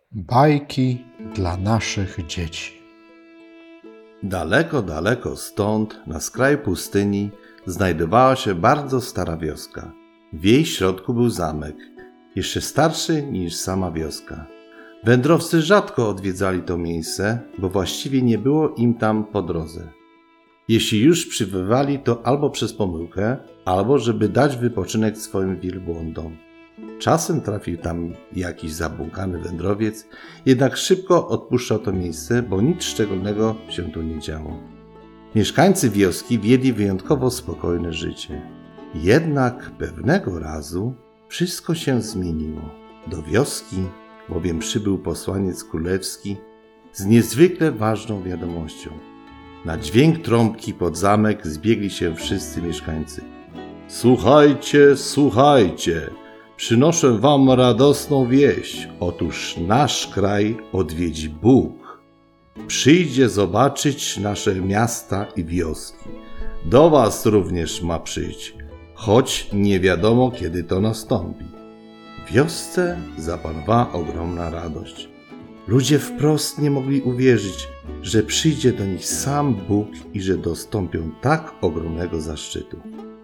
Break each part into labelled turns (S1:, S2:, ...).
S1: Bajki dla naszych dzieci.
S2: Daleko, daleko stąd, na skraju pustyni, znajdowała się bardzo stara wioska. W jej środku był zamek, jeszcze starszy niż sama wioska. Wędrowcy rzadko odwiedzali to miejsce, bo właściwie nie było im tam po drodze. Jeśli już przybywali, to albo przez pomyłkę, albo żeby dać wypoczynek swoim wielbłądom. Czasem trafił tam jakiś zabłąkany wędrowiec, jednak szybko odpuszczał to miejsce, bo nic szczególnego się tu nie działo. Mieszkańcy wioski wiedli wyjątkowo spokojne życie. Jednak pewnego razu wszystko się zmieniło. Do wioski bowiem przybył posłaniec królewski z niezwykle ważną wiadomością. Na dźwięk trąbki pod zamek zbiegli się wszyscy mieszkańcy. Słuchajcie, słuchajcie! Przynoszę wam radosną wieść. Otóż nasz kraj odwiedzi Bóg. Przyjdzie zobaczyć nasze miasta i wioski. Do was również ma przyjść, choć nie wiadomo, kiedy to nastąpi. W wiosce zapanowała ogromna radość. Ludzie wprost nie mogli uwierzyć, że przyjdzie do nich sam Bóg i że dostąpią tak ogromnego zaszczytu.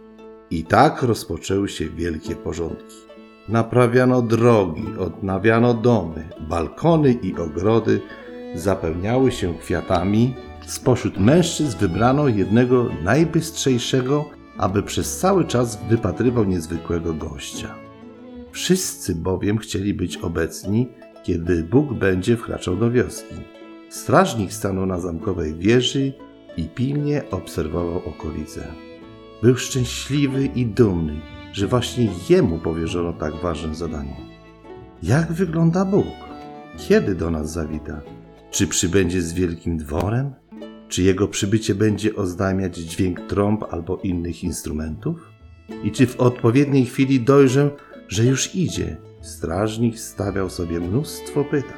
S2: I tak rozpoczęły się wielkie porządki. Naprawiano drogi, odnawiano domy, balkony i ogrody zapełniały się kwiatami. Spośród mężczyzn wybrano jednego najbystrzejszego, aby przez cały czas wypatrywał niezwykłego gościa. Wszyscy bowiem chcieli być obecni, kiedy Bóg będzie wkraczał do wioski. Strażnik stanął na zamkowej wieży i pilnie obserwował okolice. Był szczęśliwy i dumny, że właśnie jemu powierzono tak ważne zadanie. Jak wygląda Bóg? Kiedy do nas zawita? Czy przybędzie z wielkim dworem? Czy jego przybycie będzie oznajmiać dźwięk trąb albo innych instrumentów? I czy w odpowiedniej chwili dojrzę, że już idzie? Strażnik stawiał sobie mnóstwo pytań.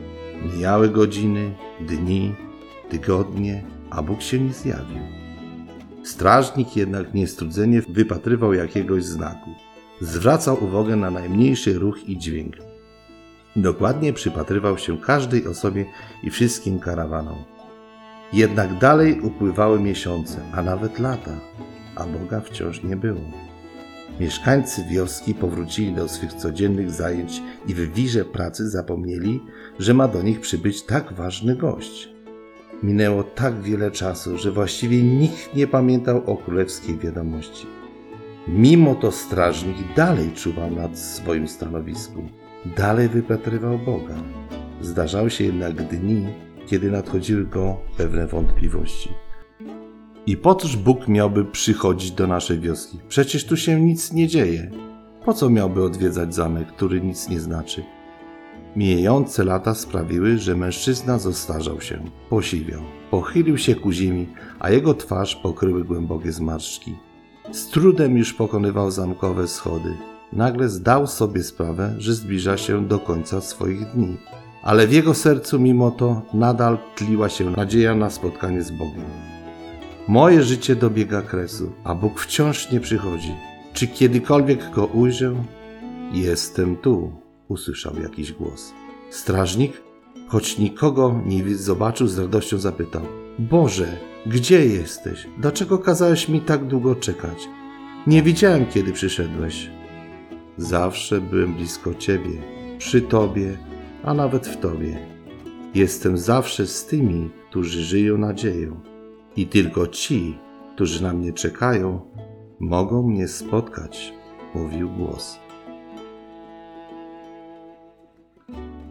S2: Mijały godziny, dni, tygodnie, a Bóg się nie zjawił. Strażnik jednak niestrudzenie wypatrywał jakiegoś znaku. Zwracał uwagę na najmniejszy ruch i dźwięk. Dokładnie przypatrywał się każdej osobie i wszystkim karawanom. Jednak dalej upływały miesiące, a nawet lata, a Boga wciąż nie było. Mieszkańcy wioski powrócili do swych codziennych zajęć i w wirze pracy zapomnieli, że ma do nich przybyć tak ważny gość. Minęło tak wiele czasu, że właściwie nikt nie pamiętał o królewskiej wiadomości. Mimo to strażnik dalej czuwał nad swoim stanowisku. Dalej wypatrywał Boga. Zdarzały się jednak dni, kiedy nadchodziły go pewne wątpliwości. I po cóż Bóg miałby przychodzić do naszej wioski? Przecież tu się nic nie dzieje. Po co miałby odwiedzać zamek, który nic nie znaczy? Mijające lata sprawiły, że mężczyzna zestarzał się, posiwiał, pochylił się ku ziemi, a jego twarz pokryły głębokie zmarszczki. Z trudem już pokonywał zamkowe schody. Nagle zdał sobie sprawę, że zbliża się do końca swoich dni. Ale w jego sercu mimo to nadal tliła się nadzieja na spotkanie z Bogiem. Moje życie dobiega kresu, a Bóg wciąż nie przychodzi. Czy kiedykolwiek go ujrzę? Jestem tu, usłyszał jakiś głos. Strażnik, choć nikogo nie zobaczył, z radością zapytał: Boże, gdzie jesteś? Dlaczego kazałeś mi tak długo czekać? Nie widziałem, kiedy przyszedłeś. Zawsze byłem blisko Ciebie, przy Tobie, a nawet w Tobie. Jestem zawsze z tymi, którzy żyją nadzieją. I tylko ci, którzy na mnie czekają, mogą mnie spotkać, mówił głos.